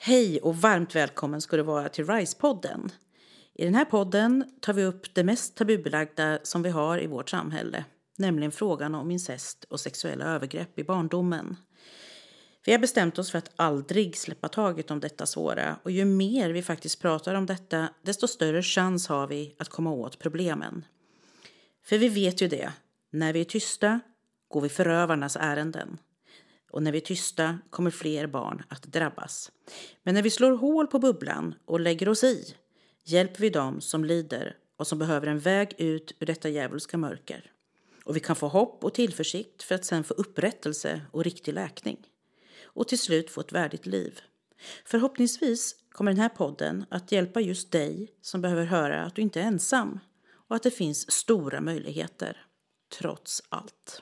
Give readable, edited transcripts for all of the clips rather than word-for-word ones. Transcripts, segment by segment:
Hej och varmt välkommen ska du vara till RISE-podden. I den här podden tar vi upp det mest tabubelagda som vi har i vårt samhälle, nämligen frågan om incest och sexuella övergrepp i barndomen. Vi har bestämt oss för att aldrig släppa taget om detta svåra, och ju mer vi faktiskt pratar om detta, desto större chans har vi att komma åt problemen. För vi vet ju det, när vi är tysta går vi förövarnas ärenden. Och när vi är tysta kommer fler barn att drabbas. Men när vi slår hål på bubblan och lägger oss i, hjälper vi dem som lider och som behöver en väg ut ur detta djävulska mörker. Och vi kan få hopp och tillförsikt för att sen få upprättelse och riktig läkning. Och till slut få ett värdigt liv. Förhoppningsvis kommer den här podden att hjälpa just dig som behöver höra att du inte är ensam. Och att det finns stora möjligheter, trots allt.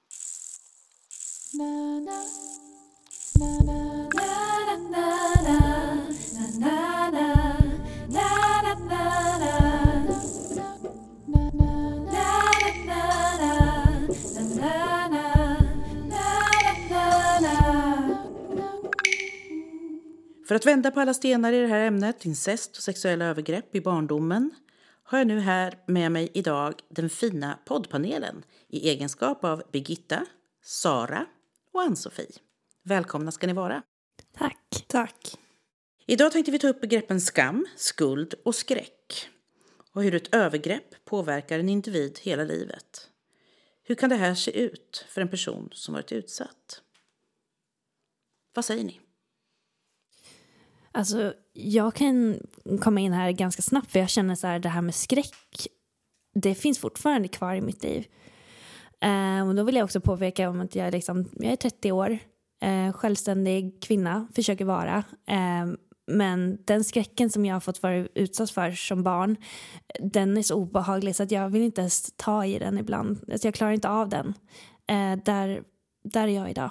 För att vända på alla stenar i det här ämnet, incest och sexuella övergrepp i barndomen, har jag nu här med mig idag den fina poddpanelen i egenskap av Birgitta, Sara och Ann-Sofie. Välkomna ska ni vara. Tack. Tack. Idag tänkte vi ta upp begreppen skam, skuld och skräck. Och hur ett övergrepp påverkar en individ hela livet. Hur kan det här se ut för en person som varit utsatt? Vad säger ni? Alltså, jag kan komma in här ganska snabbt, för jag känner så här, det här med skräck, det finns fortfarande kvar i mitt liv. Och då vill jag också påpeka om att jag är 30 år, självständig kvinna, försöker vara. Men den skräcken som jag har fått vara utsatt för som barn, den är så obehaglig så att jag vill inte ens ta i den ibland. Alltså, jag klarar inte av den. Där är jag idag.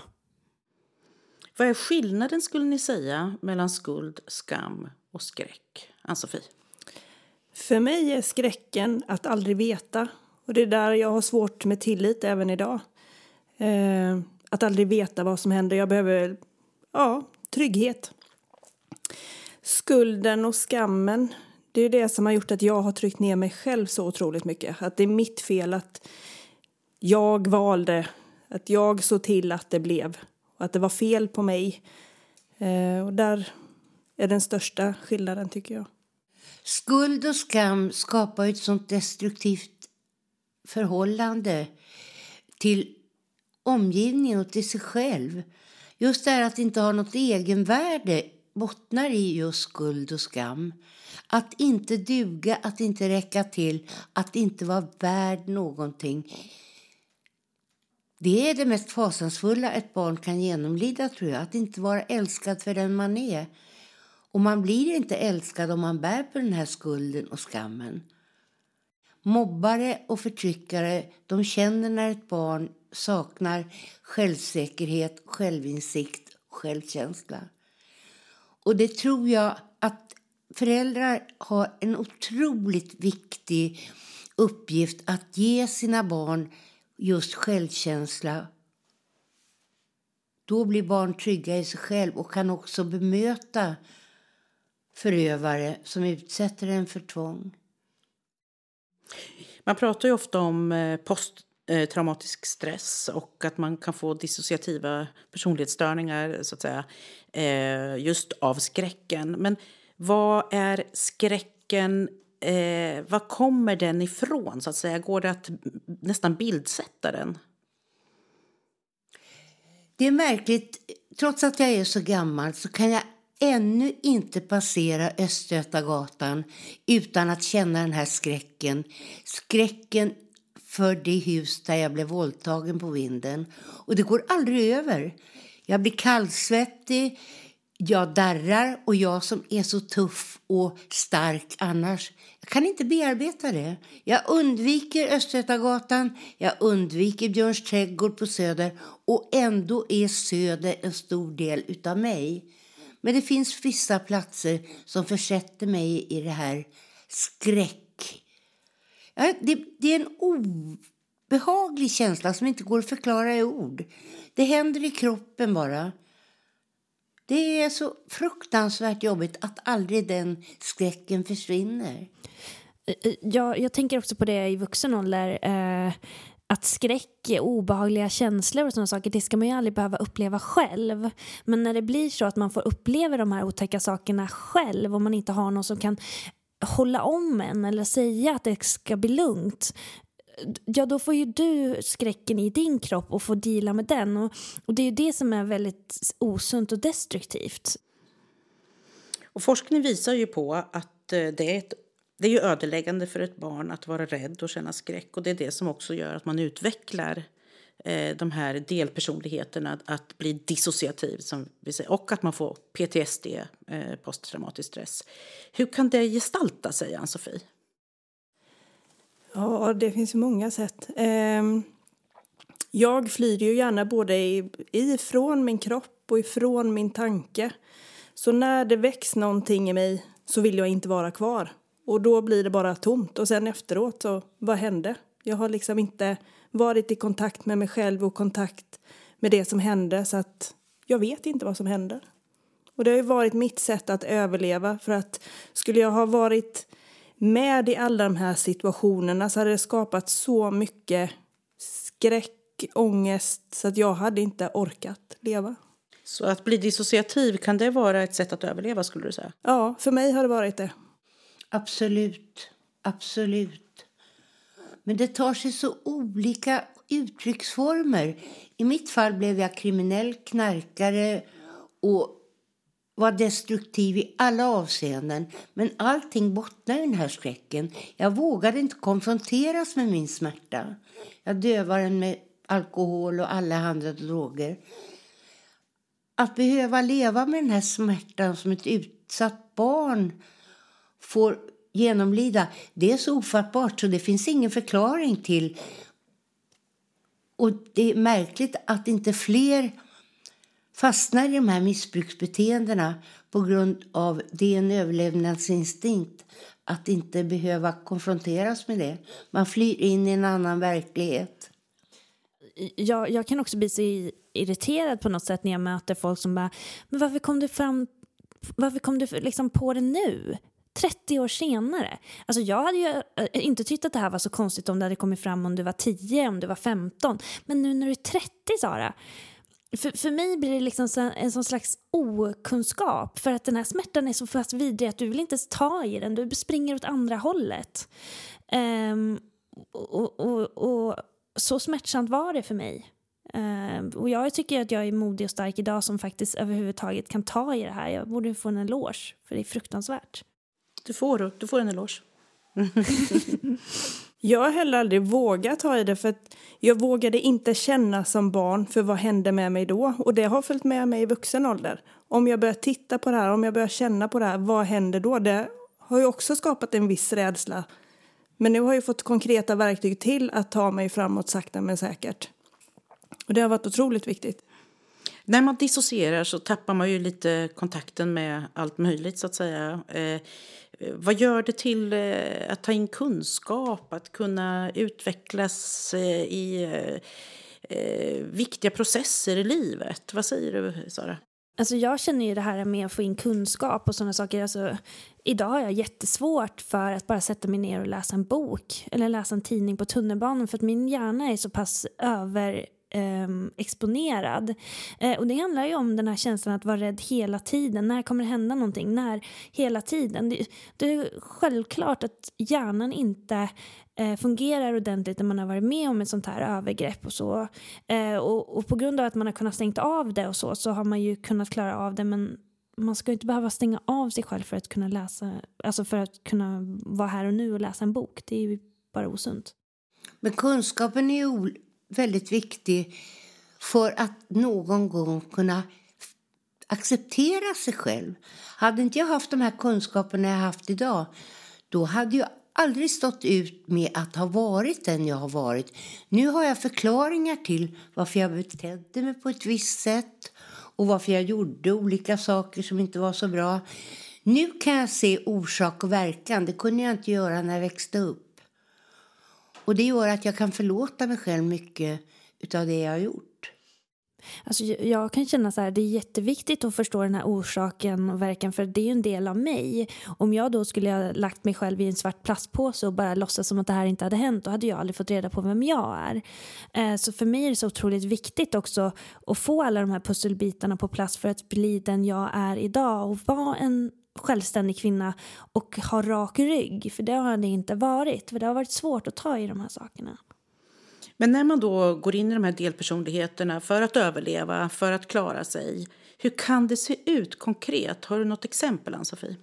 Vad är skillnaden, skulle ni säga, mellan skuld, skam och skräck? Ann-Sofie? För mig är skräcken att aldrig veta. Och det är där jag har svårt med tillit även idag. Att aldrig veta vad som händer. Jag behöver trygghet. Skulden och skammen, det är det som har gjort att jag har tryckt ner mig själv så otroligt mycket. Att det är mitt fel att jag valde, att jag såg till att det blev. Och att det var fel på mig. Och där är den största skillnaden, tycker jag. Skuld och skam skapar ett sånt destruktivt förhållande till omgivningen och till sig själv. Just det här att inte ha något egenvärde bottnar i just skuld och skam. Att inte duga, att inte räcka till, att inte vara värd någonting. Det är det mest fasansfulla ett barn kan genomlida, tror jag. Att inte vara älskad för den man är. Och man blir inte älskad om man bär på den här skulden och skammen. Mobbare och förtryckare, de känner när ett barn saknar självsäkerhet, självinsikt och självkänsla. Och det tror jag att föräldrar har en otroligt viktig uppgift att ge sina barn just självkänsla. Då blir barn trygga i sig själv och kan också bemöta förövare som utsätter en för tvång. Man pratar ju ofta om posttraumatisk stress och att man kan få dissociativa personlighetsstörningar, så att säga, just av skräcken. Men vad är skräcken? Vad kommer den ifrån, så att säga? Går det att nästan bildsätta den? Det är märkligt. Trots att jag är så gammal så kan jag ännu inte passera Östgötagatan utan att känna den här skräcken. Skräcken för det hus där jag blev våldtagen på vinden. Och det går aldrig över. Jag blir kallsvettig. Jag darrar, och jag som är så tuff och stark annars, jag kan inte bearbeta det. Jag undviker Östgötagatan, jag undviker Björns trädgård på Söder, och ändå är Söder en stor del utav mig. Men det finns vissa platser som försätter mig i det här skräck. Ja, det är en obehaglig känsla som inte går att förklara i ord. Det händer i kroppen bara. Det är så fruktansvärt jobbigt att aldrig den skräcken försvinner. Jag tänker också på det i vuxen ålder. Att skräck, obehagliga känslor och sådana saker, det ska man ju aldrig behöva uppleva själv. Men när det blir så att man får uppleva de här otäcka sakerna själv och man inte har någon som kan hålla om en eller säga att det ska bli lugnt, ja, då får ju du skräcken i din kropp och får deala med den. Och det är ju det som är väldigt osunt och destruktivt. Och forskning visar ju på att det är ju ödeläggande för ett barn att vara rädd och känna skräck. Och det är det som också gör att man utvecklar de här delpersonligheterna, att bli dissociativ som vi säger, och att man får PTSD, posttraumatisk stress. Hur kan det gestalta sig, Ann-Sofie? Ja, det finns ju många sätt. Jag flyr ju gärna både ifrån min kropp och ifrån min tanke. Så när det väcks någonting i mig så vill jag inte vara kvar. Och då blir det bara tomt. Och sen efteråt, så vad hände? Jag har liksom inte varit i kontakt med mig själv och kontakt med det som hände. Så att jag vet inte vad som händer. Och det har ju varit mitt sätt att överleva. För att skulle jag ha varit med i alla de här situationerna så hade det skapat så mycket skräck, ångest. Så att jag hade inte orkat leva. Så att bli dissociativ, kan det vara ett sätt att överleva, skulle du säga? Ja, för mig har det varit det. Absolut, absolut. Men det tar sig så olika uttrycksformer. I mitt fall blev jag kriminell, knarkare och var destruktiv i alla avseenden. Men allting bottnar i den här skräcken. Jag vågade inte konfronteras med min smärta. Jag dövade den med alkohol och alla andra droger. Att behöva leva med den här smärtan som ett utsatt barn får genomlida, det är så ofattbart så det finns ingen förklaring till. Och det är märkligt att inte fler fastnar i de här missbruksbeteendena på grund av det är en överlevnadsinstinkt att inte behöva konfronteras med det. Man flyr in i en annan verklighet. Jag kan också bli så irriterad på något sätt när jag möter folk som bara, men varför kom du liksom på det nu? 30 år senare. Alltså jag hade ju inte tyckt att det här var så konstigt om det hade kommit fram om du var 10, om du var 15. Men nu när du är 30, Sara. För mig blir det liksom en sån slags okunskap. För att den här smärtan är så fast vidrig att du vill inte ta i den. Du springer åt andra hållet. Och så smärtsamt var det för mig. Och jag tycker att jag är modig och stark idag som faktiskt överhuvudtaget kan ta i det här. Jag borde få en eloge, för det är fruktansvärt. Du får en eloge. Jag har heller aldrig vågat ta i det för att jag vågade inte känna som barn för vad hände med mig då. Och det har följt med mig i vuxen ålder. Om jag börjar titta på det här, om jag börjar känna på det här, vad händer då? Det har ju också skapat en viss rädsla. Men nu har jag fått konkreta verktyg till att ta mig framåt sakta men säkert. Och det har varit otroligt viktigt. När man dissocierar så tappar man ju lite kontakten med allt möjligt så att säga. Vad gör det till att ta in kunskap, att kunna utvecklas i viktiga processer i livet? Vad säger du, Sara? Alltså jag känner ju det här med att få in kunskap och sådana saker. Alltså, idag har jag jättesvårt för att bara sätta mig ner och läsa en bok eller läsa en tidning på tunnelbanan för att min hjärna är så pass exponerad. Och det handlar ju om den här känslan att vara rädd hela tiden. När kommer det hända någonting? När? Hela tiden. Det är självklart att hjärnan inte fungerar ordentligt när man har varit med om ett sånt här övergrepp och så. Och på grund av att man har kunnat stängt av det och så har man ju kunnat klara av det, men man ska ju inte behöva stänga av sig själv för att kunna läsa, alltså för att kunna vara här och nu och läsa en bok. Det är ju bara osunt. Men kunskapen är ju väldigt viktig för att någon gång kunna acceptera sig själv. Hade inte jag haft de här kunskaperna jag haft idag, då hade jag aldrig stått ut med att ha varit den jag har varit. Nu har jag förklaringar till varför jag betedde mig på ett visst sätt och varför jag gjorde olika saker som inte var så bra. Nu kan jag se orsak och verkan. Det kunde jag inte göra när jag växte upp. Och det gör att jag kan förlåta mig själv mycket utav det jag har gjort. Alltså, jag kan känna så här, det är jätteviktigt att förstå den här orsaken och verkan, för det är ju en del av mig. Om jag då skulle ha lagt mig själv i en svart plastpåse och bara låtsas som att det här inte hade hänt, då hade jag aldrig fått reda på vem jag är. Så för mig är det så otroligt viktigt också att få alla de här pusselbitarna på plats för att bli den jag är idag och vara en självständig kvinna och ha rak rygg. För det har det inte varit. För det har varit svårt att ta i de här sakerna. Men när man då går in i de här delpersonligheterna för att överleva, för att klara sig, hur kan det se ut konkret? Har du något exempel, Ann-Sofie?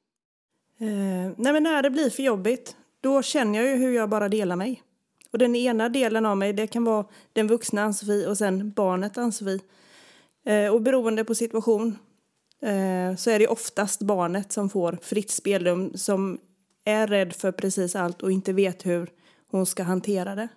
Nej, men när det blir för jobbigt, då känner jag ju hur jag bara delar mig. Och den ena delen av mig, det kan vara den vuxna Ann-Sofie och sen barnet Ann-Sofie. Och beroende på situation så är det oftast barnet som får fritt spelrum, som är rädd för precis allt och inte vet hur hon ska hantera det.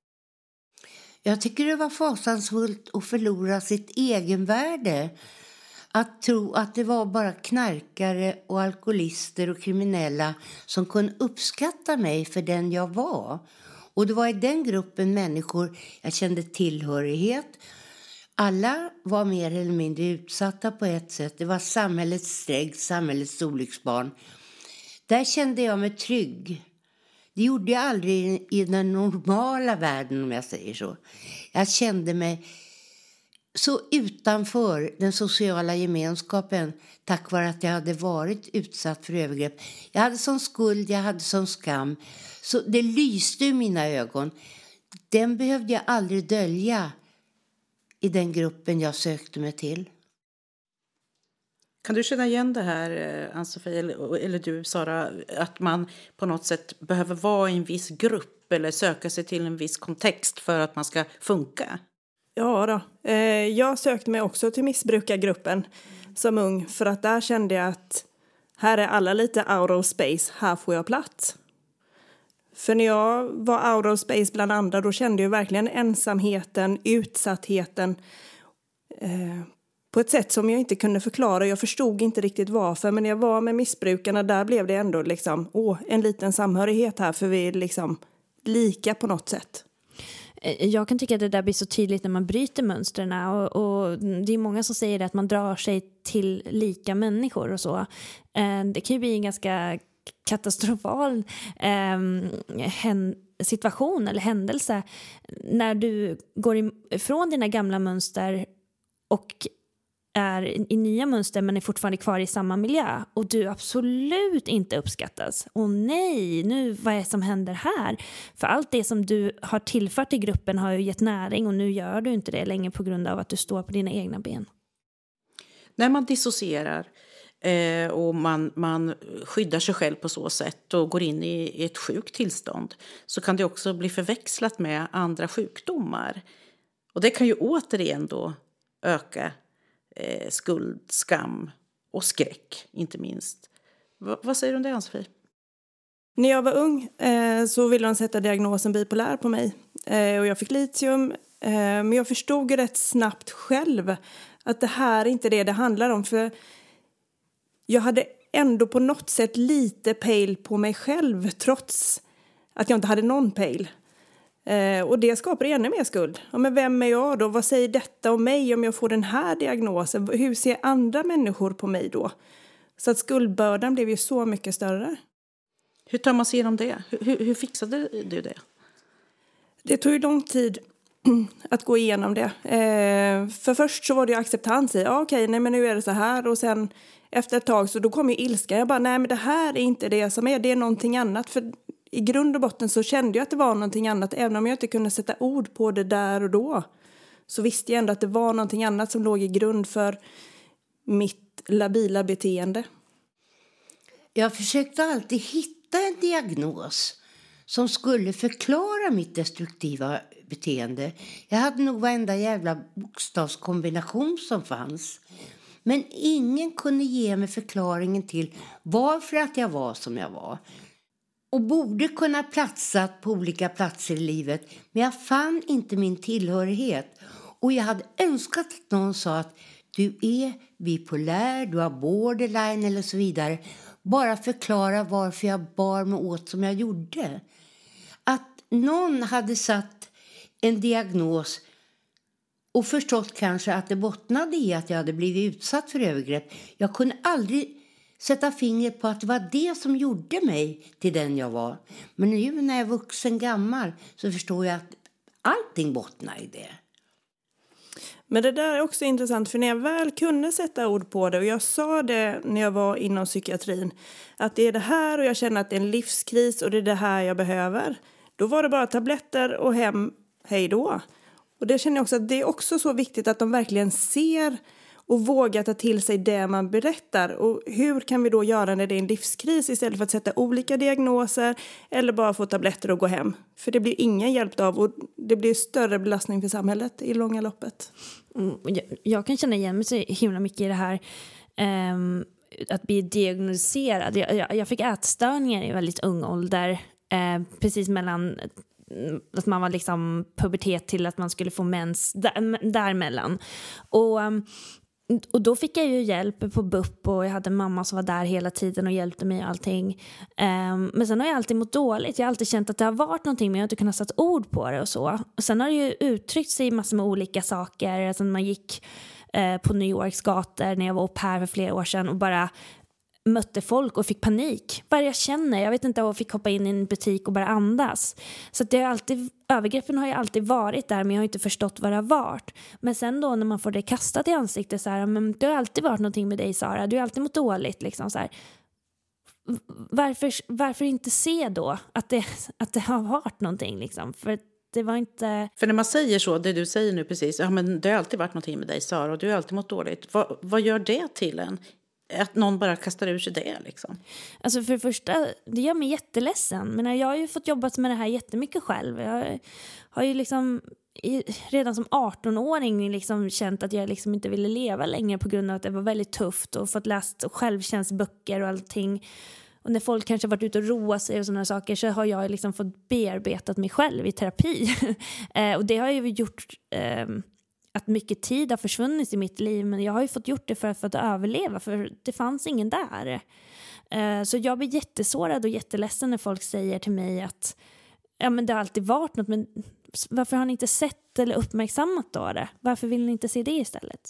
Jag tycker det var fasansfullt att förlora sitt egenvärde. Att tro att det var bara knarkare och alkoholister och kriminella som kunde uppskatta mig för den jag var. Och det var i den gruppen människor jag kände tillhörighet. Alla var mer eller mindre utsatta på ett sätt. Det var samhällets strägg, samhällets olycksbarn. Där kände jag mig trygg. Det gjorde jag aldrig i den normala världen, om jag säger så. Jag kände mig så utanför den sociala gemenskapen tack vare att jag hade varit utsatt för övergrepp. Jag hade sån skuld, jag hade sån skam. Så det lyste i mina ögon. Den behövde jag aldrig dölja i den gruppen jag sökte mig till. Kan du känna igen det här, Ann-Sofie, eller du, Sara, att man på något sätt behöver vara i en viss grupp eller söka sig till en viss kontext för att man ska funka? Ja då. Jag sökte mig också till missbrukargruppen som ung, för att där kände jag att här är alla lite out of space, här får jag plats. För när jag var out of space bland andra, då kände jag verkligen ensamheten, utsattheten på ett sätt som jag inte kunde förklara. Jag förstod inte riktigt varför, men när jag var med missbrukarna, där blev det ändå liksom, en liten samhörighet här, för vi är liksom lika på något sätt. Jag kan tycka att det där blir så tydligt när man bryter mönstren, och det är många som säger att man drar sig till lika människor och så. Det kan ju bli en ganska katastrofal situation eller händelse när du går ifrån dina gamla mönster och är i nya mönster men är fortfarande kvar i samma miljö och du absolut inte uppskattas. Och nej, nu vad är det som händer här? För allt det som du har tillfört i gruppen har ju gett näring och nu gör du inte det längre på grund av att du står på dina egna ben. När man dissocierar och man skyddar sig själv på så sätt och går in i ett sjukt tillstånd, så kan det också bli förväxlat med andra sjukdomar. Och det kan ju återigen då öka skuld, skam och skräck, inte minst. Vad säger du om det, Ann-Sofie? När jag var ung så ville de sätta diagnosen bipolär på mig. Och jag fick litium. Men jag förstod rätt snabbt själv att det här är inte det handlar om. För jag hade ändå på något sätt lite pejl på mig själv, trots att jag inte hade någon pejl. Och det skapar ännu mer skuld. Ja, men vem är jag då? Vad säger detta om mig om jag får den här diagnosen? Hur ser andra människor på mig då? Så att skuldbördan blev ju så mycket större. Hur tar man sig igenom det? Hur fixade du det? Det tog ju lång tid att gå igenom det. För först så var det ju acceptans i. Ja, okej, nej men nu är det så här. Och sen efter ett tag så då kom ju ilska. Jag bara, nej men det här är inte det som är. Det är någonting annat. För i grund och botten så kände jag att det var någonting annat. Även om jag inte kunde sätta ord på det där och då. Så visste jag ändå att det var någonting annat som låg i grund för mitt labila beteende. Jag försökte alltid hitta en diagnos som skulle förklara mitt destruktiva beteende. Jag hade nog varenda jävla bokstavskombination som fanns. Men ingen kunde ge mig förklaringen till varför att jag var som jag var. Och borde kunna platsa på olika platser i livet. Men jag fann inte min tillhörighet. Och jag hade önskat att någon sa att du är bipolär, du har borderline eller så vidare. Bara förklara varför jag bar mig åt som jag gjorde. Att någon hade satt en diagnos och förstått kanske att det bottnade i att jag hade blivit utsatt för övergrepp. Jag kunde aldrig sätta fingret på att det var det som gjorde mig till den jag var. Men nu när jag är vuxen gammal så förstår jag att allting bottnar i det. Men det där är också intressant, för när jag väl kunde sätta ord på det, och jag sa det när jag var inom psykiatrin, att det är det här och jag känner att det är en livskris och det är det här jag behöver. Då var det bara tabletter och hem, hej då. Och det känner jag också att det är också så viktigt att de verkligen ser och vågar ta till sig det man berättar. Och hur kan vi då göra när det är en livskris istället för att sätta olika diagnoser eller bara få tabletter och gå hem? För det blir ingen hjälp av och det blir större belastning för samhället i långa loppet. Jag kan känna igen mig så himla mycket i det här att bli diagnostiserad. Jag fick ätstörningar i väldigt ung ålder, precis mellan att man var liksom pubertet till att man skulle få mens däremellan. Och då fick jag ju hjälp på BUP och jag hade en mamma som var där hela tiden och hjälpte mig och allting. Men sen har jag alltid mått dåligt. Jag har alltid känt att det har varit någonting men jag har inte kunnat sätta ord på det och så. Och sen har det ju uttryckt sig i massor med olika saker. Alltså när man gick på New Yorks gator när jag var au pair för flera år sedan och bara mötte folk och fick panik. Vad jag känner, jag vet inte, och fick hoppa in i en butik och bara andas. Så att det har alltid, övergreppen har ju alltid varit där men jag har inte förstått vad det har varit. Men sen då när man får det kastat i ansiktet så här, men det har alltid varit någonting med dig Sara, du har alltid mått dåligt liksom så här. Varför inte se då att det har varit någonting liksom, för det var inte... För när man säger så, det du säger nu precis, ja men det har alltid varit någonting med dig Sara och du har alltid mått dåligt. Vad gör det till en? Att någon bara kastar ur sig det liksom. Alltså för det första, det gör mig jätteledsen. Men jag har ju fått jobbat med det här jättemycket själv. Jag har ju liksom redan som 18-åring liksom känt att jag liksom inte ville leva längre på grund av att det var väldigt tufft och fått läst självtjänstböcker och allting. Och när folk kanske varit ute och roa sig och sådana saker så har jag liksom fått bearbetat mig själv i terapi. Och det har ju gjort... att mycket tid har försvunnit i mitt liv, men jag har ju fått gjort det för att överleva, för det fanns ingen där. Så jag blir jättesårad och jätteledsen när folk säger till mig att ja, men det har alltid varit något, men varför har ni inte sett eller uppmärksammat då det? Varför vill ni inte se det istället?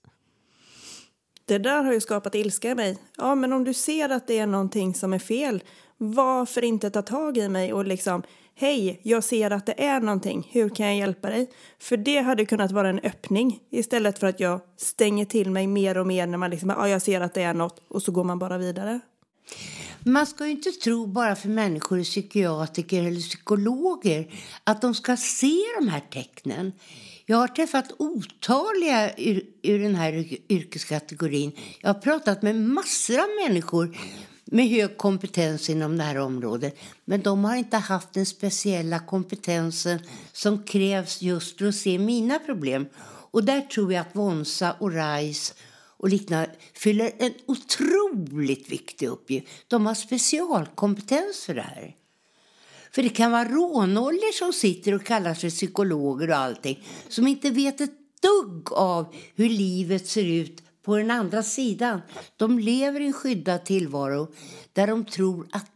Det där har ju skapat ilska i mig. Ja, men om du ser att det är någonting som är fel, varför inte ta tag i mig och liksom, hej, jag ser att det är någonting, hur kan jag hjälpa dig? För det hade kunnat vara en öppning istället för att jag stänger till mig mer och mer när man liksom, ja, jag ser att det är något och så går man bara vidare. Man ska ju inte tro bara för människor, psykiatriker eller psykologer att de ska se de här tecknen. Jag har träffat otaliga ur den här yrkeskategorin. Jag har pratat med massor av människor med hög kompetens inom det här området. Men de har inte haft den speciella kompetensen som krävs just för att se mina problem. Och där tror jag att Wonsa och RISE och liknande fyller en otroligt viktig uppgift. De har specialkompetens för det här. För det kan vara rånollor som sitter och kallar sig psykologer och allting, som inte vet ett dugg av hur livet ser ut på den andra sidan. De lever i en skyddad tillvaro där de tror att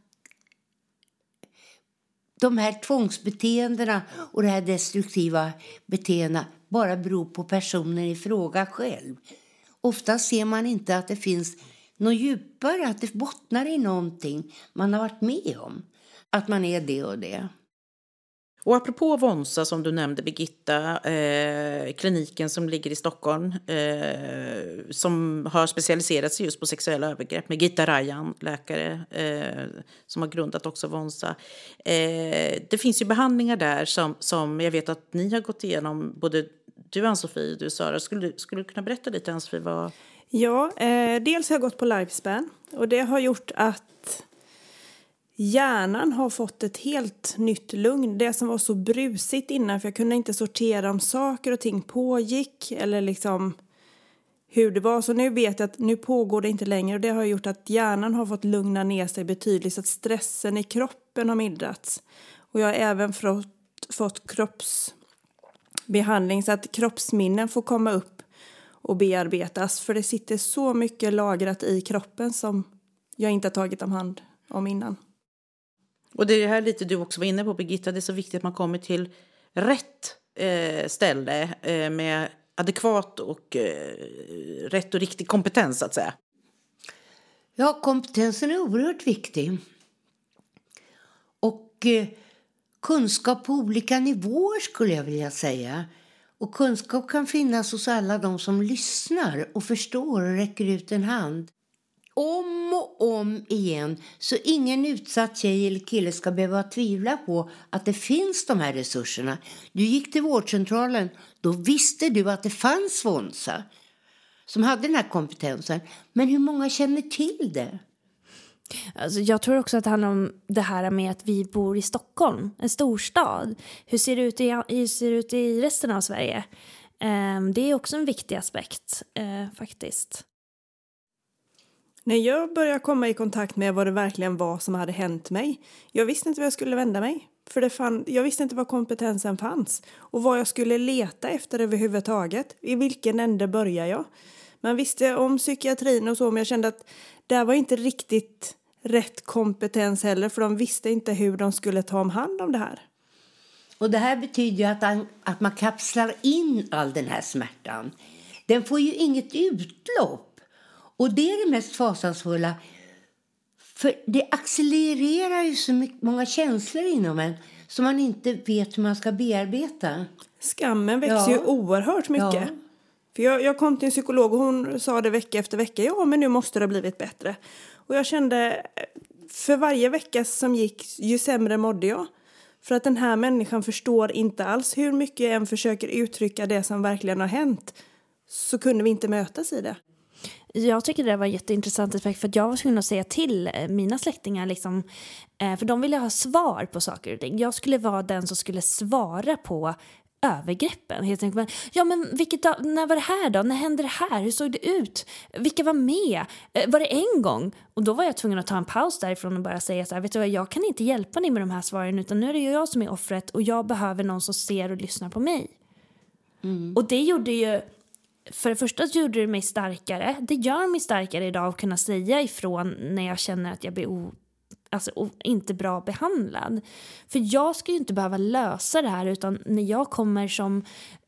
de här tvångsbeteendena och det här destruktiva beteendena bara beror på personen i fråga själv. Ofta ser man inte att det finns något djupare, att det bottnar i någonting man har varit med om. Att man är det och det. Och apropå Wonsa som du nämnde, Birgitta, kliniken som ligger i Stockholm som har specialiserat sig just på sexuella övergrepp med Gitta Rajan, läkare som har grundat också Wonsa. Det finns ju behandlingar där som jag vet att ni har gått igenom, både du Ann-Sofie och du Sara. Skulle du kunna berätta lite, Ann-Sofie, vad... Ja, dels har jag gått på Lifespan och det har gjort att hjärnan har fått ett helt nytt lugn. Det som var så brusigt innan, för jag kunde inte sortera om saker och ting pågick eller liksom hur det var. Så nu vet jag att nu pågår det inte längre och det har gjort att hjärnan har fått lugna ner sig betydligt så att stressen i kroppen har mildrats. Och jag har även fått kroppsbehandling så att kroppsminnen får komma upp och bearbetas. För det sitter så mycket lagrat i kroppen som jag inte har tagit om hand om innan. Och det är det här lite du också var inne på, Birgitta. Det är så viktigt att man kommer till rätt ställe med adekvat och rätt och riktig kompetens, så att säga? Ja, kompetensen är oerhört viktig. Och kunskap på olika nivåer skulle jag vilja säga. Och kunskap kan finnas hos alla de som lyssnar och förstår och räcker ut en hand. Om och om igen, så ingen utsatt tjej eller kille ska behöva tvivla på att det finns de här resurserna. Du gick till vårdcentralen, då visste du att det fanns Vonsa som hade den här kompetensen. Men hur många känner till det? Alltså jag tror också att det handlar om det här med att vi bor i Stockholm, en storstad. Hur ser det ut i resten av Sverige? Det är också en viktig aspekt faktiskt. När jag började komma i kontakt med vad det verkligen var som hade hänt mig. Jag visste inte vad jag skulle vända mig. För jag visste inte var kompetensen fanns. Och vad jag skulle leta efter överhuvudtaget. I vilken ände börjar jag? Man visste om psykiatrin och så. Men jag kände att det var inte riktigt rätt kompetens heller. För de visste inte hur de skulle ta om hand om det här. Och det här betyder ju att man kapslar in all den här smärtan. Den får ju inget utlopp. Och det är det mest fasansfulla. För det accelererar ju så många känslor inom en som man inte vet hur man ska bearbeta. Skammen växer ju oerhört mycket. Ja. För jag kom till en psykolog och hon sa det vecka efter vecka. Ja, men nu måste det ha blivit bättre. Och jag kände, för varje vecka som gick, ju sämre mådde jag. För att den här människan förstår inte alls hur mycket jag än försöker uttrycka det som verkligen har hänt. Så kunde vi inte mötas i det. Jag tycker det var en jätteintressant aspekt för att jag var tvungen att säga till mina släktingar liksom, för de ville ha svar på saker och ting. Jag skulle vara den som skulle svara på övergreppen. Helt enkelt. Ja, men när var det här då? När hände det här? Hur såg det ut? Vilka var med? Var det en gång? Och då var jag tvungen att ta en paus därifrån och bara säga så här, vet du vad, jag kan inte hjälpa dig med de här svaren utan nu är det ju jag som är offret och jag behöver någon som ser och lyssnar på mig. Mm. Och det gjorde ju, för det första gjorde det mig starkare. Det gör mig starkare idag att kunna säga ifrån när jag känner att jag blir inte bra behandlad. För jag ska ju inte behöva lösa det här utan när jag kommer som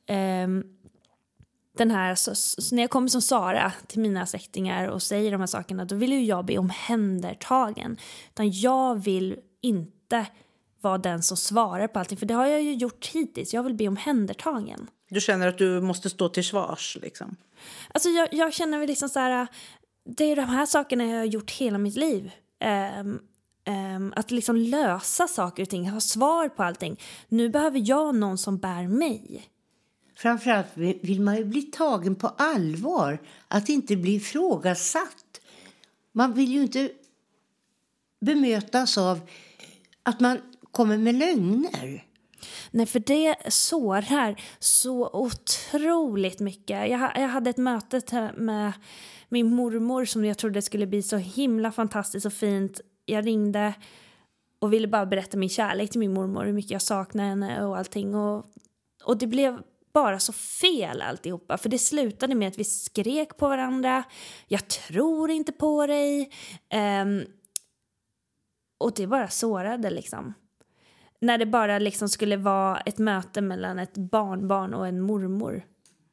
när jag kommer som Sara till mina släktingar och säger de här sakerna, då vill ju jag bli omhändertagen. Utan jag vill inte vara den som svarar på allting, för det har jag ju gjort hittills. Jag vill bli omhändertagen. Du känner att du måste stå till svars liksom? Alltså jag känner väl liksom så här, det är de här sakerna jag har gjort hela mitt liv. Att liksom lösa saker och ting, ha svar på allting. Nu behöver jag någon som bär mig. Framförallt vill man ju bli tagen på allvar. Att inte bli ifrågasatt. Man vill ju inte bemötas av att man kommer med lögner. Nej, för det sårar så otroligt mycket. Jag hade ett möte med min mormor som jag trodde skulle bli så himla fantastiskt och fint. Jag ringde och ville bara berätta min kärlek till min mormor, hur mycket jag saknar henne och allting. Och det blev bara så fel alltihopa. För det slutade med att vi skrek på varandra. Jag tror inte på dig. Och det bara sårade liksom. När det bara liksom skulle vara ett möte mellan ett barnbarn och en mormor.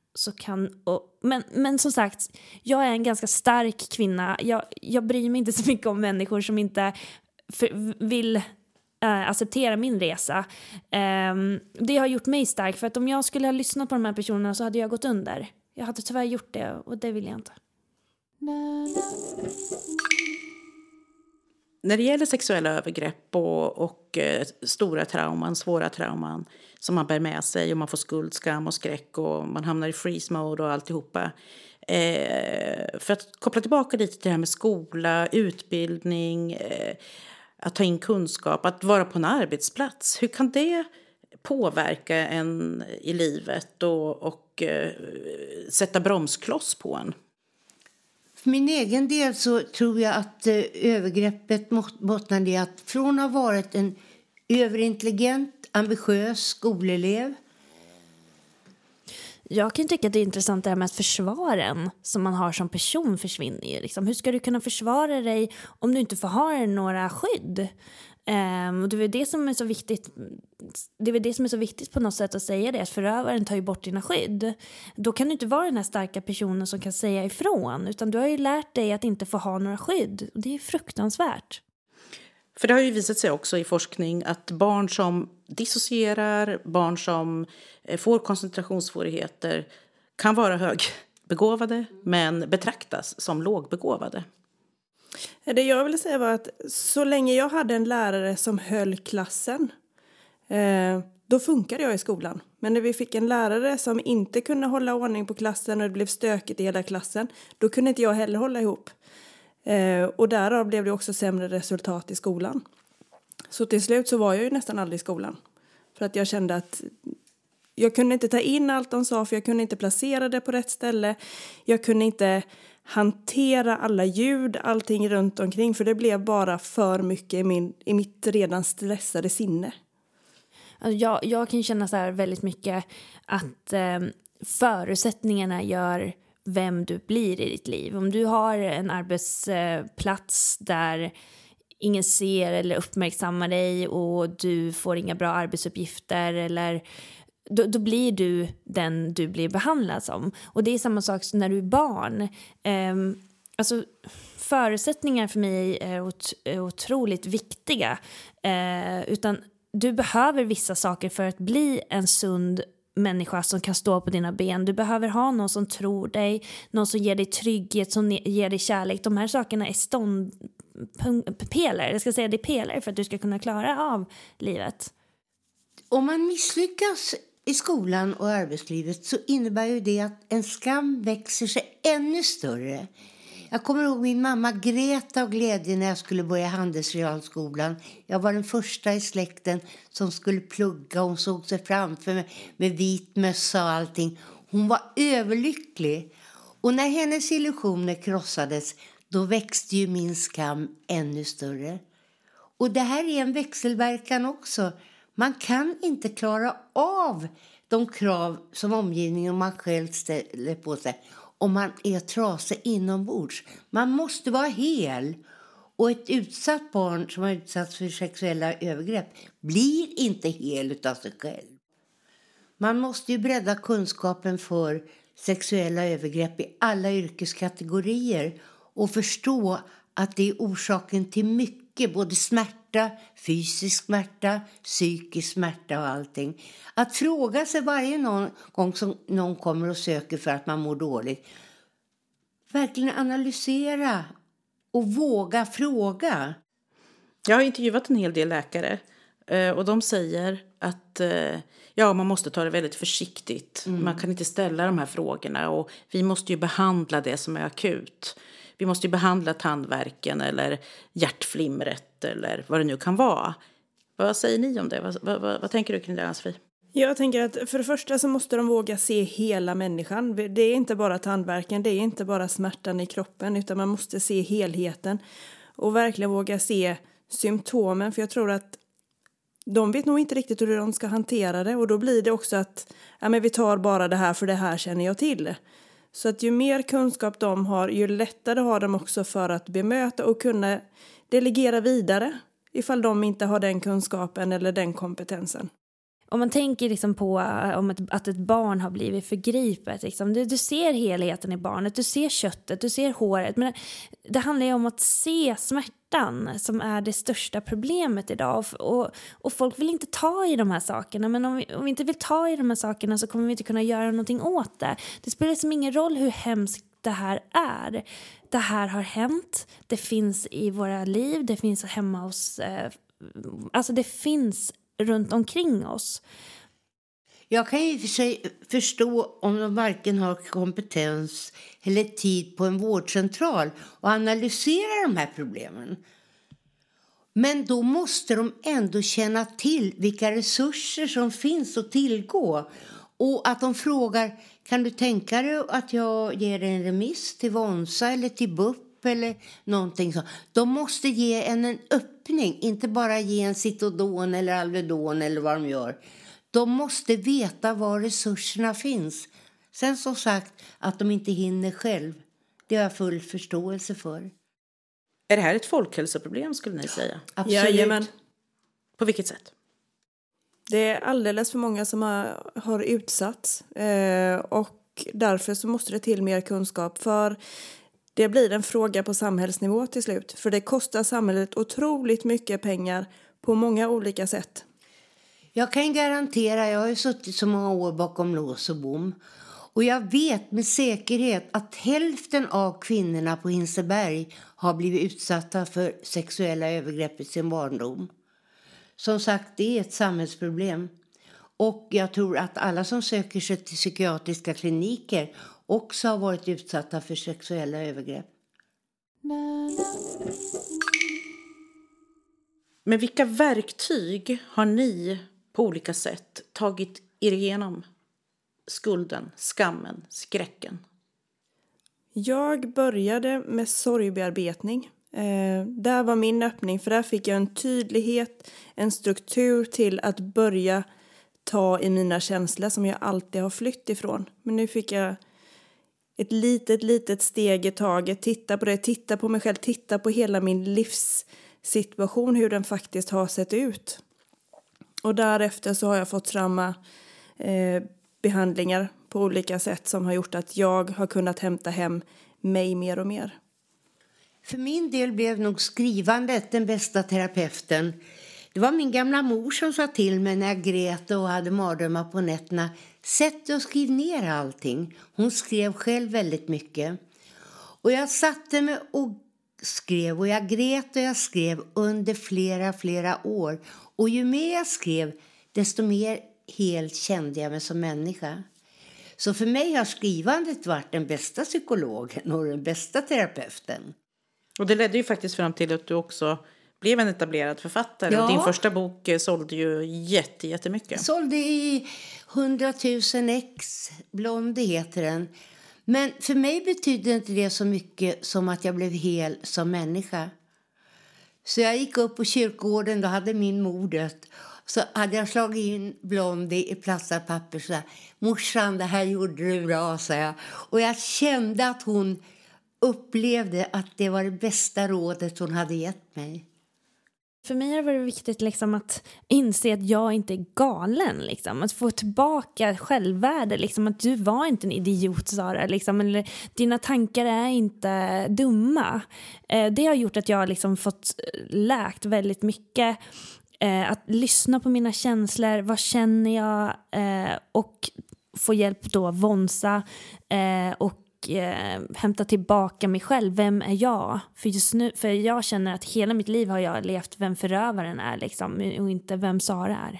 Men som sagt, jag är en ganska stark kvinna. Jag bryr mig inte så mycket om människor som inte vill acceptera min resa. Det har gjort mig stark, för att om jag skulle ha lyssnat på de här personerna så hade jag gått under. Jag hade tyvärr gjort det och det vill jag inte. När det gäller sexuella övergrepp och stora trauman, svåra trauman som man bär med sig och man får skuld, skam och skräck och man hamnar i freeze mode och alltihopa. För att koppla tillbaka lite till det här med skola, utbildning, att ta in kunskap, att vara på en arbetsplats. Hur kan det påverka en i livet och sätta bromskloss på en? För min egen del så tror jag att övergreppet bottnar i att från att ha varit en överintelligent, ambitiös skolelev. Jag kan tycka att det är intressant det här med att försvaren som man har som person försvinner ju. Liksom. Hur ska du kunna försvara dig om du inte får ha några skydd? Och det är det som är så viktigt. Det är väl det som är så viktigt på något sätt att säga det. Att förövaren tar ju bort dina skydd. Då kan du inte vara den här starka personen som kan säga ifrån. Utan du har ju lärt dig att inte få ha några skydd. Och det är fruktansvärt. För det har ju visat sig också i forskning att barn som dissocierar, barn som får koncentrationssvårigheter kan vara högbegåvade men betraktas som lågbegåvade. Det jag ville säga var att så länge jag hade en lärare som höll klassen, då funkade jag i skolan. Men när vi fick en lärare som inte kunde hålla ordning på klassen och det blev stökigt i hela klassen, då kunde inte jag heller hålla ihop. Och därav blev det också sämre resultat i skolan. Så till slut så var jag ju nästan aldrig i skolan. För att jag kände att jag kunde inte ta in allt de sa, för jag kunde inte placera det på rätt ställe. Jag kunde inte hantera alla ljud, allting runt omkring. För det blev bara för mycket i mitt redan stressade sinne. Alltså jag kan känna så här väldigt mycket att förutsättningarna gör vem du blir i ditt liv. Om du har en arbetsplats där ingen ser eller uppmärksammar dig och du får inga bra arbetsuppgifter eller då blir du den du blir behandlad som. Och det är samma sak som när du är barn. Alltså förutsättningar för mig är otroligt viktiga. Utan du behöver vissa saker för att bli en sund människa som kan stå på dina ben. Du behöver ha någon som tror dig, någon som ger dig trygghet, som ger dig kärlek. De här sakerna är pelare. Jag ska säga det är pelare för att du ska kunna klara av livet. Om man misslyckas i skolan och arbetslivet så innebär ju det att en skam växer sig ännu större. Jag kommer ihåg min mamma grät av glädje när jag skulle börja Handelsrealskolan. Jag var den första i släkten som skulle plugga. Hon såg sig framför mig med vit mössa och allting. Hon var överlycklig. Och när hennes illusioner krossades, då växte ju min skam ännu större. Och det här är en växelverkan också. Man kan inte klara av de krav som omgivningen och man själv ställer på sig om man är trasig inombords. Man måste vara hel. Och ett utsatt barn som har utsatts för sexuella övergrepp blir inte hel utav sig själv. Man måste ju bredda kunskapen för sexuella övergrepp i alla yrkeskategorier och förstå att det är orsaken till mycket, både smärta, fysisk smärta, psykisk smärta och allting. Att fråga sig varje gång som någon kommer och söker för att man mår dåligt. Verkligen analysera och våga fråga. Jag har intervjuat en hel del läkare och de säger att man måste ta det väldigt försiktigt. Man kan inte ställa de här frågorna och vi måste ju behandla det som är akut. Vi måste ju behandla tandvärken eller hjärtflimret eller vad det nu kan vara. Vad säger ni om det? Vad tänker du kring det, Ann-Sofie? Jag tänker att för det första så måste de våga se hela människan. Det är inte bara tandvärken, det är inte bara smärtan i kroppen, utan man måste se helheten. Och verkligen våga se symptomen, för jag tror att de vet nog inte riktigt hur de ska hantera det. Och då blir det också att vi tar bara det här för det här känner jag till. Så att ju mer kunskap de har, ju lättare har de också för att bemöta och kunna delegera vidare ifall de inte har den kunskapen eller den kompetensen. Om man tänker liksom på att ett barn har blivit förgripet. Liksom, du ser helheten i barnet, du ser köttet, du ser håret. Men det handlar ju om att se smärtan som är det största problemet idag. Och folk vill inte ta i de här sakerna. Men om vi inte vill ta i de här sakerna så kommer vi inte kunna göra någonting åt det. Det spelar liksom ingen roll hur hemskt det här är. Det här har hänt. Det finns i våra liv. Det finns hemma hos... Alltså det finns runt omkring oss. Jag kan ju för sig förstå om de varken har kompetens eller tid på en vårdcentral och analysera de här problemen. Men då måste de ändå känna till vilka resurser som finns att tillgå. Och att de frågar, kan du tänka dig att jag ger en remiss till Vonsa eller till BUP eller någonting så. De måste ge en öppning, inte bara ge en Citodon eller Alvedon eller vad de gör. De måste veta var resurserna finns. Sen så sagt att de inte hinner själv. Det har jag full förståelse för. Är det här ett folkhälsoproblem skulle ni säga? Absolut. Jajamän. På vilket sätt? Det är alldeles för många som har utsatts och därför så måste det till mer kunskap, för det blir en fråga på samhällsnivå till slut. För det kostar samhället otroligt mycket pengar på många olika sätt. Jag kan garantera, jag har ju suttit så många år bakom lås och bom. Och jag vet med säkerhet att hälften av kvinnorna på Hinseberg har blivit utsatta för sexuella övergrepp i sin barndom. Som sagt, det är ett samhällsproblem. Och jag tror att alla som söker sig till psykiatriska kliniker också har varit utsatta för sexuella övergrepp. Men vilka verktyg har ni på olika sätt tagit er igenom skulden, skammen, skräcken? Jag började med sorgbearbetning. Där var min öppning, för där fick jag en tydlighet, en struktur till att börja ta i mina känslor som jag alltid har flytt ifrån. Men nu fick jag ett litet steg i taget, titta på mig själv, titta på hela min livssituation, hur den faktiskt har sett ut. Och därefter så har jag fått samma behandlingar på olika sätt som har gjort att jag har kunnat hämta hem mig mer och mer. För min del blev nog skrivandet den bästa terapeuten. Det var min gamla mor som sa till mig när jag grät och hade mardrömmar på nätterna. Sätt dig och skriv ner allting. Hon skrev själv väldigt mycket. Och jag satte mig och skrev, och jag grät och jag skrev under flera år. Och ju mer jag skrev, desto mer helt kände jag mig som människa. Så för mig har skrivandet varit den bästa psykologen och den bästa terapeuten. Och det ledde ju faktiskt fram till att du också blev en etablerad författare. Ja. Och din första bok sålde ju jättemycket. Sålde i 100 000 ex. Blondie heter den. Men för mig betydde inte det så mycket som att jag blev hel som människa. Så jag gick upp på kyrkogården, då hade min mor dött. Så hade jag slagit in Blondie i plastpapper så här. Morsan, det här gjorde du bra, sa jag. Och jag kände att hon upplevde att det var det bästa rådet hon hade gett mig. För mig har det varit viktigt liksom, att inse att jag inte är galen. Liksom. Att få tillbaka självvärde. Liksom, att du var inte en idiot, Sara. Liksom, eller, dina tankar är inte dumma. Det har gjort att jag har liksom, fått läkt väldigt mycket. Att lyssna på mina känslor. Vad känner jag? Och få hjälp då vonsa. Och hämta tillbaka mig själv. Vem är jag? För just nu, för jag känner att hela mitt liv har jag levt vem förövaren är liksom, och inte vem Sara är.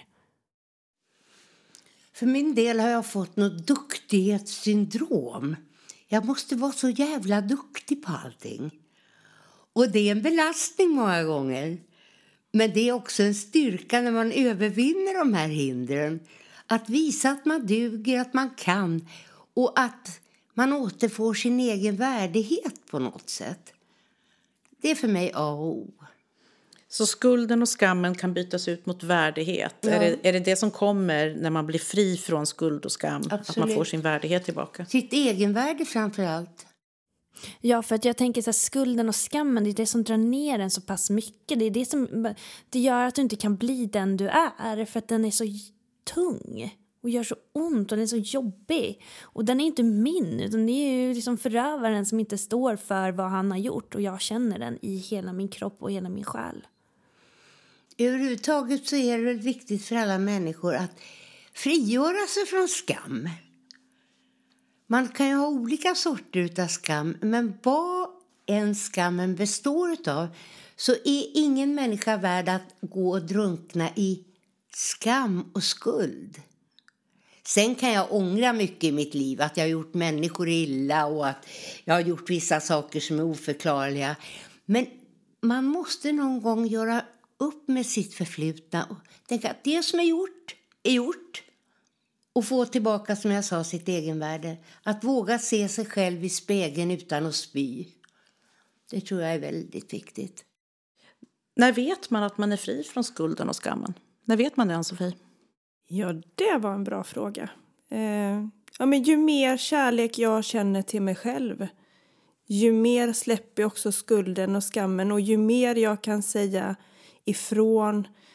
För min del har jag fått något duktighetssyndrom. Jag måste vara så jävla duktig på allting. Och det är en belastning många gånger. Men det är också en styrka när man övervinner de här hindren. Att visa att man duger, att man kan. Och att man återfår sin egen värdighet på något sätt. Det är för mig A och O. Så skulden och skammen kan bytas ut mot värdighet. Ja. Är det som kommer när man blir fri från skuld och skam? Absolut. Att man får sin värdighet tillbaka? Sitt egenvärde framför allt. Ja, för att jag tänker så här, skulden och skammen, det är det som drar ner en så pass mycket. Det är det som det gör att du inte kan bli den du är. För att den är så tung. Och gör så ont och den är så jobbig. Och den är inte min, utan det är ju liksom förövaren som inte står för vad han har gjort. Och jag känner den i hela min kropp och hela min själ. Överhuvudtaget så är det viktigt för alla människor att frigöra sig från skam. Man kan ju ha olika sorter av skam, men vad en skammen består av så är ingen människa värd att gå och drunkna i skam och skuld. Sen kan jag ångra mycket i mitt liv, att jag har gjort människor illa och att jag har gjort vissa saker som är oförklarliga. Men man måste någon gång göra upp med sitt förflutna och tänka att det som är gjort. Och få tillbaka, som jag sa, sitt egenvärde. Att våga se sig själv i spegeln utan att spy. Det tror jag är väldigt viktigt. När vet man att man är fri från skulden och skammen? När vet man det, Ann-Sofie? Ja, det var en bra fråga. Men ju mer kärlek jag känner till mig själv, ju mer släpper jag också skulden och skammen. Och ju mer jag kan säga ifrån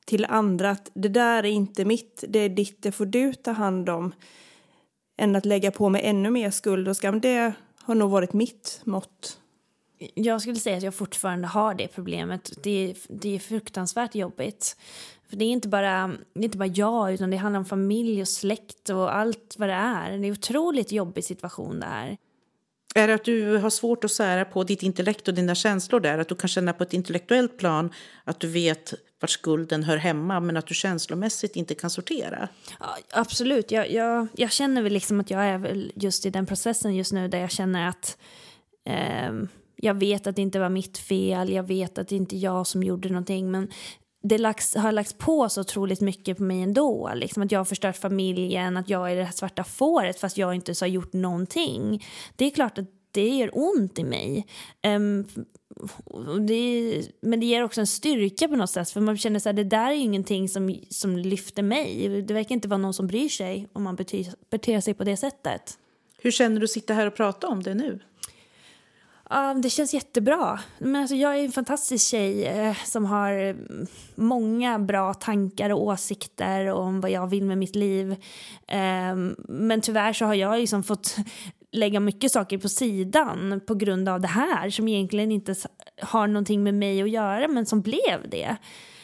till andra att det där är inte mitt, det är ditt, det får du ta hand om, än att lägga på mig ännu mer skuld och skam. Det har nog varit mitt mått. Jag skulle säga att jag fortfarande har det problemet. Det är fruktansvärt jobbigt. För det är inte bara jag, utan det handlar om familj och släkt och allt vad det är. Det är en otroligt jobbig situation det här. Är det att du har svårt att sära på ditt intellekt och dina känslor där? Att du kan känna på ett intellektuellt plan att du vet var skulden hör hemma, men att du känslomässigt inte kan sortera? Ja, absolut. Jag känner väl liksom att jag är väl just i den processen just nu där jag känner att jag vet att det inte var mitt fel. Jag vet att det inte är jag som gjorde någonting, men det har lagts på så otroligt mycket på mig ändå. Liksom att jag har förstört familjen, att jag är det här svarta fåret fast jag inte har gjort någonting. Det är klart att det gör ont i mig. Men det ger också en styrka på något sätt. För man känner att det där är ju ingenting som lyfter mig. Det verkar inte vara någon som bryr sig om man beter sig på det sättet. Hur känner du att sitta här och prata om det nu? Ja, det känns jättebra. Men alltså, jag är en fantastisk tjej som har många bra tankar och åsikter om vad jag vill med mitt liv. Men tyvärr så har jag liksom fått lägga mycket saker på sidan på grund av det här som egentligen inte har någonting med mig att göra, men som blev det.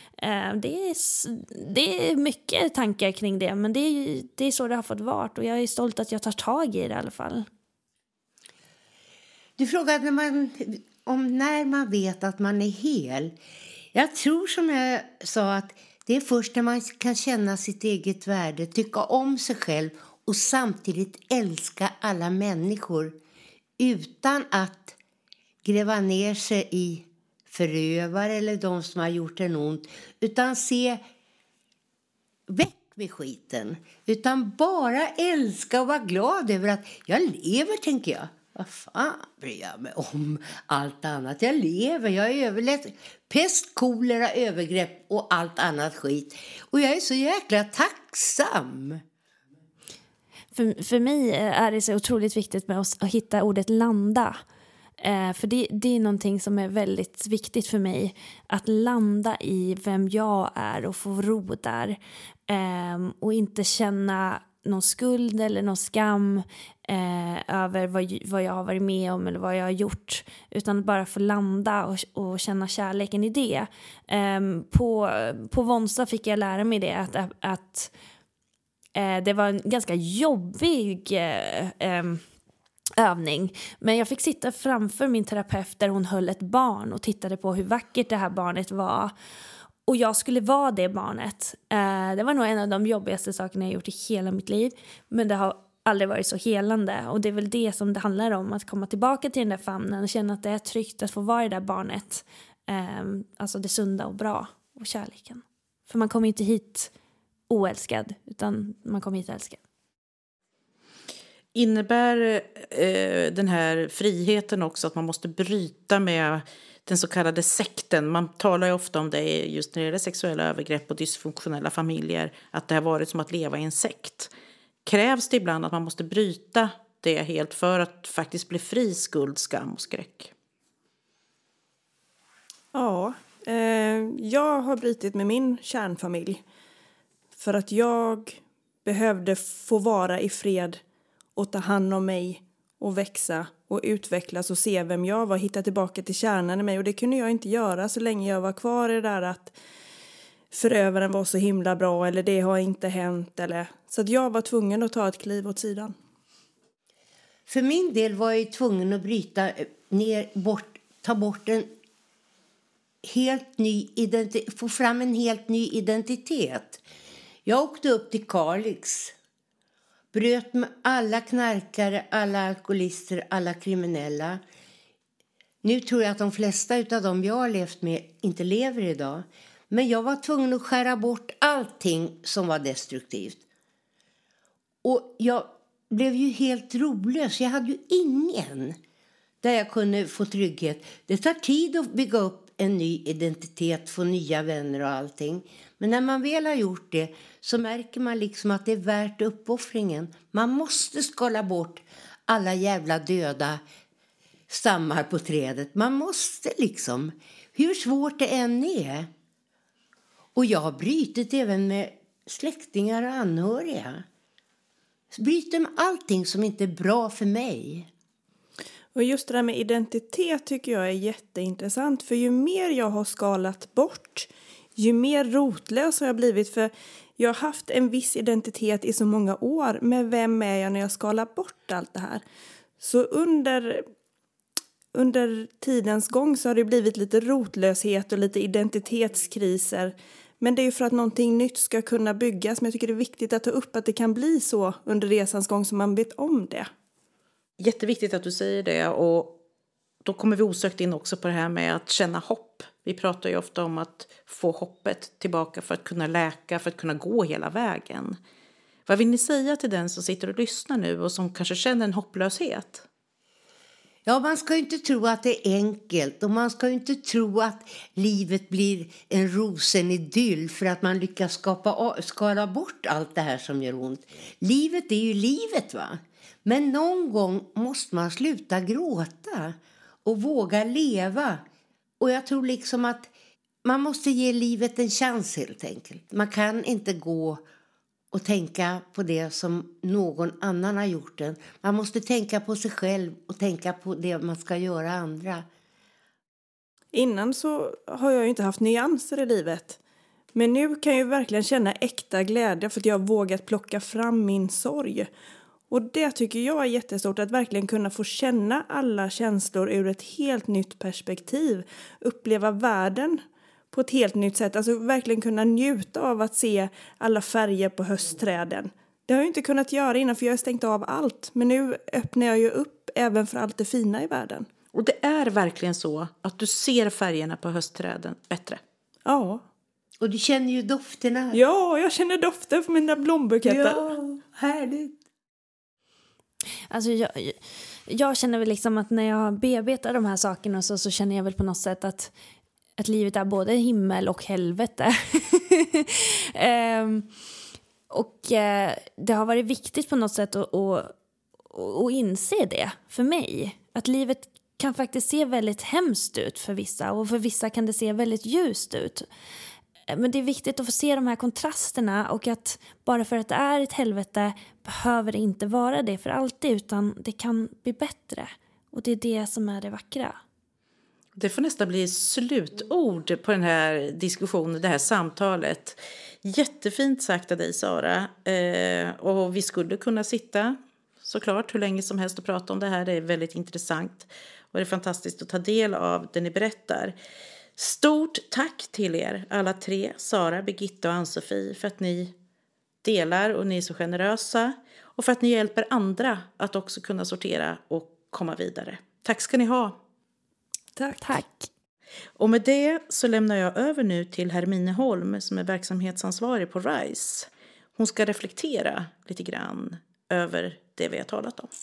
Det är mycket tankar kring det, men det är så det har fått vara, och jag är stolt att jag tar tag i det i alla fall. Du frågade om när man vet att man är hel. Jag tror, som jag sa, att det är först när man kan känna sitt eget värde, tycka om sig själv och samtidigt älska alla människor utan att gräva ner sig i förövare eller de som har gjort en ont, utan se väck med skiten, utan bara älska och vara glad över att jag lever, tänker jag. Vad fan bryr jag mig om allt annat? Jag lever, jag har överlevt pest, kolera, övergrepp och allt annat skit. Och jag är så jäkla tacksam. För mig är det så otroligt viktigt med att hitta ordet landa. För det är någonting som är väldigt viktigt för mig. Att landa i vem jag är och få ro där. Och inte känna någon skuld eller någon skam över vad jag har varit med om eller vad jag har gjort, utan bara få landa och känna kärleken i det. På Vonsa fick jag lära mig det, att det var en ganska jobbig övning, men jag fick sitta framför min terapeut där hon höll ett barn och tittade på hur vackert det här barnet var. Och jag skulle vara det barnet. Det var nog en av de jobbigaste sakerna jag gjort i hela mitt liv. Men det har aldrig varit så helande. Och det är väl det som det handlar om. Att komma tillbaka till den där famnen och känna att det är tryggt att få vara det där barnet. Alltså det sunda och bra. Och kärleken. För man kommer inte hit oälskad. Utan man kommer hit älskad. Innebär den här friheten också att man måste bryta med den så kallade sekten? Man talar ju ofta om det just när det gäller sexuella övergrepp och dysfunktionella familjer, att det har varit som att leva i en sekt. Krävs det ibland att man måste bryta det helt för att faktiskt bli fri skuld, skam och skräck? Ja, jag har brutit med min kärnfamilj för att jag behövde få vara i fred och ta hand om mig och växa och utvecklas och se vem jag var, hitta tillbaka till kärnan i mig. Och det kunde jag inte göra så länge jag var kvar i det där att förövaren var så himla bra eller det har inte hänt. Så att jag var tvungen att ta ett kliv åt sidan. För min del var jag tvungen att ta bort en helt ny få fram en helt ny identitet. Jag åkte upp till Kalix. Bröt med alla knarkare, alla alkoholister, alla kriminella. Nu tror jag att de flesta av dem jag har levt med inte lever idag. Men jag var tvungen att skära bort allting som var destruktivt. Och jag blev ju helt rolös. Jag hade ju ingen där jag kunde få trygghet. Det tar tid att bygga upp en ny identitet, få nya vänner och allting. Men när man väl har gjort det så märker man liksom att det är värt uppoffringen. Man måste skala bort alla jävla döda stammar på trädet. Man måste liksom, hur svårt det än är. Och jag har brytit även med släktingar och anhöriga. Bryter med allting som inte är bra för mig. Och just det där med identitet tycker jag är jätteintressant. För ju mer jag har skalat bort, ju mer rotlös har jag blivit. För jag har haft en viss identitet i så många år. Men vem är jag när jag skalar bort allt det här? Så under tidens gång så har det blivit lite rotlöshet och lite identitetskriser. Men det är ju för att någonting nytt ska kunna byggas. Men jag tycker det är viktigt att ta upp att det kan bli så under resans gång så man vet om det. Jätteviktigt att du säger det, och då kommer vi osökt in också på det här med att känna hopp. Vi pratar ju ofta om att få hoppet tillbaka för att kunna läka, för att kunna gå hela vägen. Vad vill ni säga till den som sitter och lyssnar nu och som kanske känner en hopplöshet? Ja, man ska ju inte tro att det är enkelt, och man ska ju inte tro att livet blir en rosenidyll för att man lyckas skala bort allt det här som gör ont. Livet är ju livet, va? Men någon gång måste man sluta gråta och våga leva. Och jag tror liksom att man måste ge livet en chans helt enkelt. Man kan inte gå och tänka på det som någon annan har gjort den. Man måste tänka på sig själv och tänka på det man ska göra andra. Innan så har jag ju inte haft nyanser i livet. Men nu kan jag ju verkligen känna äkta glädje för att jag har vågat plocka fram min sorg. Och det tycker jag är jättestort, att verkligen kunna få känna alla känslor ur ett helt nytt perspektiv. Uppleva världen på ett helt nytt sätt. Alltså verkligen kunna njuta av att se alla färger på höstträden. Det har jag inte kunnat göra innan för jag har stängt av allt. Men nu öppnar jag ju upp även för allt det fina i världen. Och det är verkligen så att du ser färgerna på höstträden bättre. Ja. Och du känner ju dofterna. Ja, jag känner doften på mina blombuketter. Ja, härligt. Alltså jag känner väl liksom att när jag bearbetar de här sakerna så känner jag väl på något sätt att livet är både himmel och helvete. Det har varit viktigt på något sätt att inse det för mig. Att livet kan faktiskt se väldigt hemskt ut för vissa, och för vissa kan det se väldigt ljust ut. Men det är viktigt att få se de här kontrasterna, och att bara för att det är ett helvete behöver det inte vara det för alltid, utan det kan bli bättre. Och det är det som är det vackra. Det får nästan bli slutord på den här diskussionen, det här samtalet. Jättefint sagt av dig, Sara. Och vi skulle kunna sitta såklart hur länge som helst och prata om det här. Det är väldigt intressant och det är fantastiskt att ta del av det ni berättar. Stort tack till er alla tre, Sara, Birgitta och Ann-Sofie, för att ni delar och ni är så generösa. Och för att ni hjälper andra att också kunna sortera och komma vidare. Tack ska ni ha. Tack. Och med det så lämnar jag över nu till Hermine Holm som är verksamhetsansvarig på RISE. Hon ska reflektera lite grann över det vi har talat om.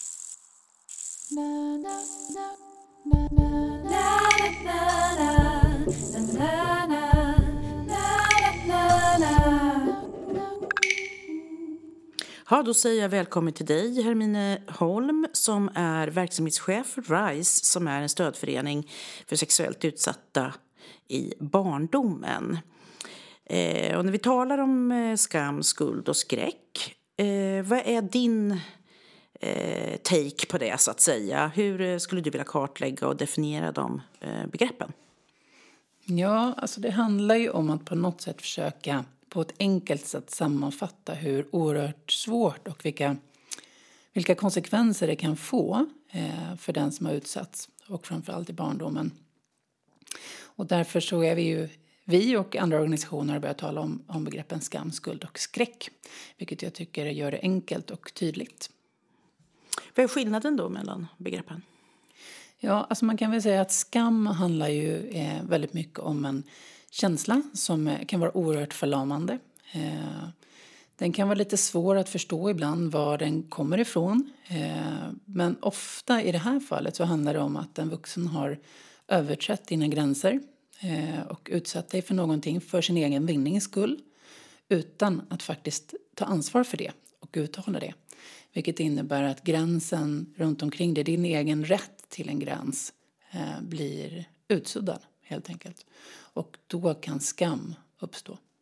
Ja, då säger jag välkommen till dig, Hermine Holm, som är verksamhetschef för RISE, som är en stödförening för sexuellt utsatta i barndomen. Och när vi talar om skam, skuld och skräck, vad är din take på det, så att säga? Hur skulle du vilja kartlägga och definiera de begreppen? Ja, alltså det handlar ju om att på något sätt försöka på ett enkelt sätt sammanfatta hur oerhört svårt och vilka konsekvenser det kan få för den som har utsatts, och framförallt i barndomen. Och därför så är vi och andra organisationer har börjat tala om begreppen skam, skuld och skräck, vilket jag tycker gör det enkelt och tydligt. Vad är skillnaden då mellan begreppen? Ja, alltså man kan väl säga att skam handlar ju väldigt mycket om en känsla som kan vara oerhört förlamande. Den kan vara lite svår att förstå ibland var den kommer ifrån. Men ofta i det här fallet så handlar det om att en vuxen har överträtt dina gränser och utsatt dig för någonting för sin egen vinnings skull, utan att faktiskt ta ansvar för det och uttala det. Vilket innebär att gränsen runt omkring det, din egen rätt till en gräns, blir utsuddad helt enkelt. Och då kan skam uppstå.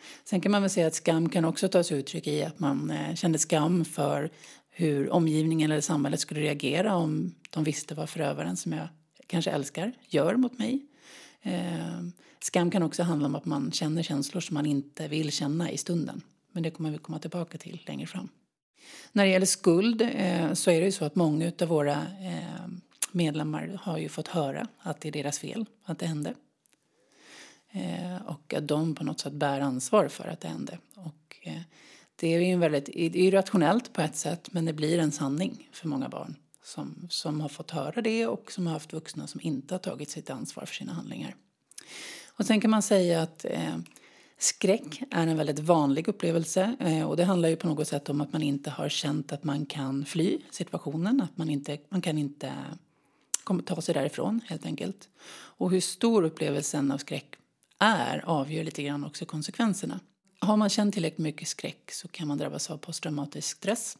Sen kan man väl säga att skam kan också ta sig uttryck i att man kände skam för hur omgivningen eller samhället skulle reagera om de visste vad förövaren som jag kanske älskar gör mot mig. Skam kan också handla om att man känner känslor som man inte vill känna i stunden. Men det kommer vi komma tillbaka till längre fram. När det gäller skuld så är det ju så att många av våra medlemmar har ju fått höra att det är deras fel att det hände. Och att de på något sätt bär ansvar för att det hände. Och det är ju det är rationellt på ett sätt, men det blir en sanning för många barn som har fått höra det och som har haft vuxna som inte har tagit sitt ansvar för sina handlingar. Och sen kan man säga att skräck är en väldigt vanlig upplevelse, och det handlar ju på något sätt om att man inte har känt att man kan fly situationen, att man kan inte ta sig därifrån helt enkelt. Och hur stor upplevelsen av skräck avgör lite grann också konsekvenserna. Har man känt tillräckligt mycket skräck så kan man drabbas av posttraumatisk stress.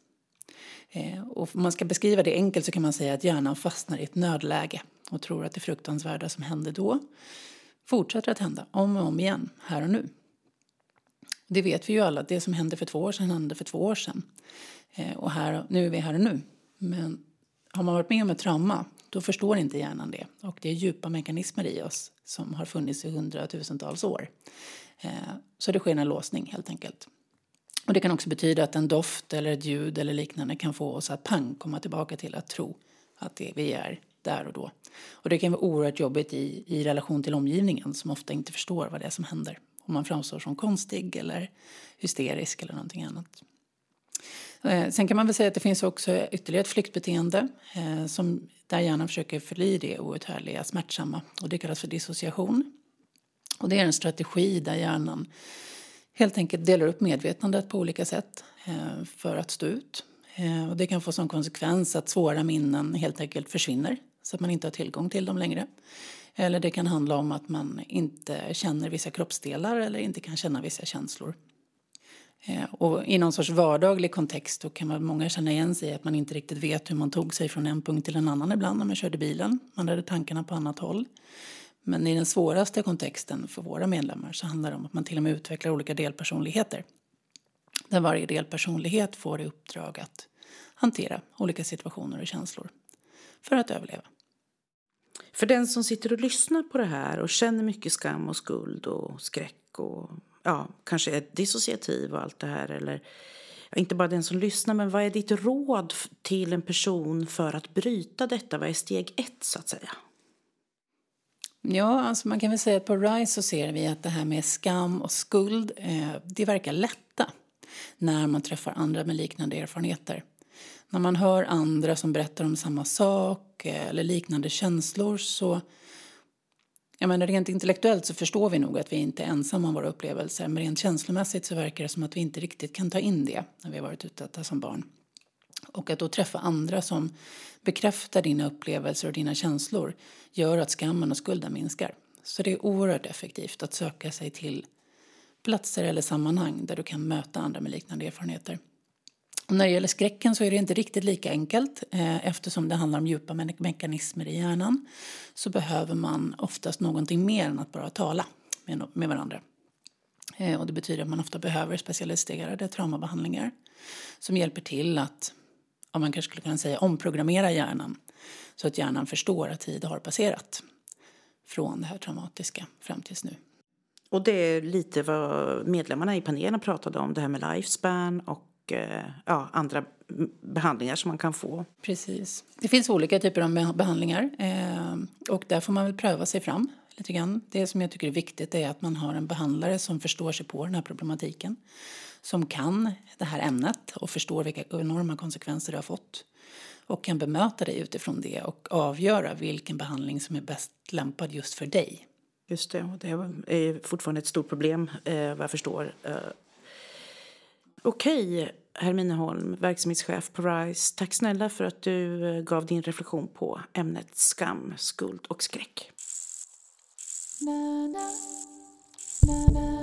Och om man ska beskriva det enkelt så kan man säga att hjärnan fastnar i ett nödläge och tror att det fruktansvärda som hände då fortsätter att hända om och om igen, här och nu. Det vet vi ju alla, det som hände för 2 år sedan hände för 2 år sedan. Och nu är vi här och nu. Men har man varit med om ett trauma, då förstår inte hjärnan det. Och det är djupa mekanismer i oss som har funnits i 100-tusentals år. Så det sker en låsning helt enkelt. Och det kan också betyda att en doft eller ett ljud eller liknande kan få oss att komma tillbaka till att tro att vi är där och då. Och det kan vara oerhört jobbigt i relation till omgivningen som ofta inte förstår vad det är som händer. Om man framstår som konstig eller hysterisk eller någonting annat. Sen kan man väl säga att det finns också ytterligare ett flyktbeteende där hjärnan försöker fly det outhärdliga, smärtsamma. Och det kallas för dissociation. Och det är en strategi där hjärnan helt enkelt delar upp medvetandet på olika sätt för att stå ut. Och det kan få som konsekvens att svåra minnen helt enkelt försvinner så att man inte har tillgång till dem längre. Eller det kan handla om att man inte känner vissa kroppsdelar eller inte kan känna vissa känslor. Och i någon sorts vardaglig kontext då kan många känna igen sig att man inte riktigt vet hur man tog sig från en punkt till en annan ibland när man körde bilen. Man hade tankarna på annat håll. Men i den svåraste kontexten för våra medlemmar så handlar det om att man till och med utvecklar olika delpersonligheter. Där varje delpersonlighet får i uppdrag att hantera olika situationer och känslor för att överleva. För den som sitter och lyssnar på det här och känner mycket skam och skuld och skräck och kanske är dissociativ och allt det här, eller inte bara den som lyssnar, men vad är ditt råd till en person för att bryta detta? Vad är steg 1 så att säga? Ja, alltså man kan väl säga att på RISE så ser vi att det här med skam och skuld, det verkar lätta när man träffar andra med liknande erfarenheter. När man hör andra som berättar om samma sak eller liknande känslor så, rent intellektuellt så förstår vi nog att vi inte är ensamma om våra upplevelser. Men rent känslomässigt så verkar det som att vi inte riktigt kan ta in det när vi har varit utsatta som barn. Och att då träffa andra som bekräftar dina upplevelser och dina känslor gör att skammen och skulden minskar. Så det är oerhört effektivt att söka sig till platser eller sammanhang där du kan möta andra med liknande erfarenheter. Och när det gäller skräcken så är det inte riktigt lika enkelt. Eftersom det handlar om djupa mekanismer i hjärnan så behöver man oftast någonting mer än att bara tala med varandra. Och det betyder att man ofta behöver specialiserade traumabehandlingar som hjälper till att, om man kanske skulle kunna säga, omprogrammera hjärnan så att hjärnan förstår att tid har passerat från det här traumatiska fram tills nu. Och det är lite vad medlemmarna i panelen pratade om, det här med lifespan och andra behandlingar som man kan få. Precis. Det finns olika typer av behandlingar och där får man väl pröva sig fram lite grann. Det som jag tycker är viktigt är att man har en behandlare som förstår sig på den här problematiken. Som kan det här ämnet och förstår vilka enorma konsekvenser det har fått. Och kan bemöta dig utifrån det och avgöra vilken behandling som är bäst lämpad just för dig. Just det, och det är fortfarande ett stort problem vad jag förstår. Okej, Hermine Holm, verksamhetschef på RISE. Tack snälla för att du gav din reflektion på ämnet skam, skuld och skräck.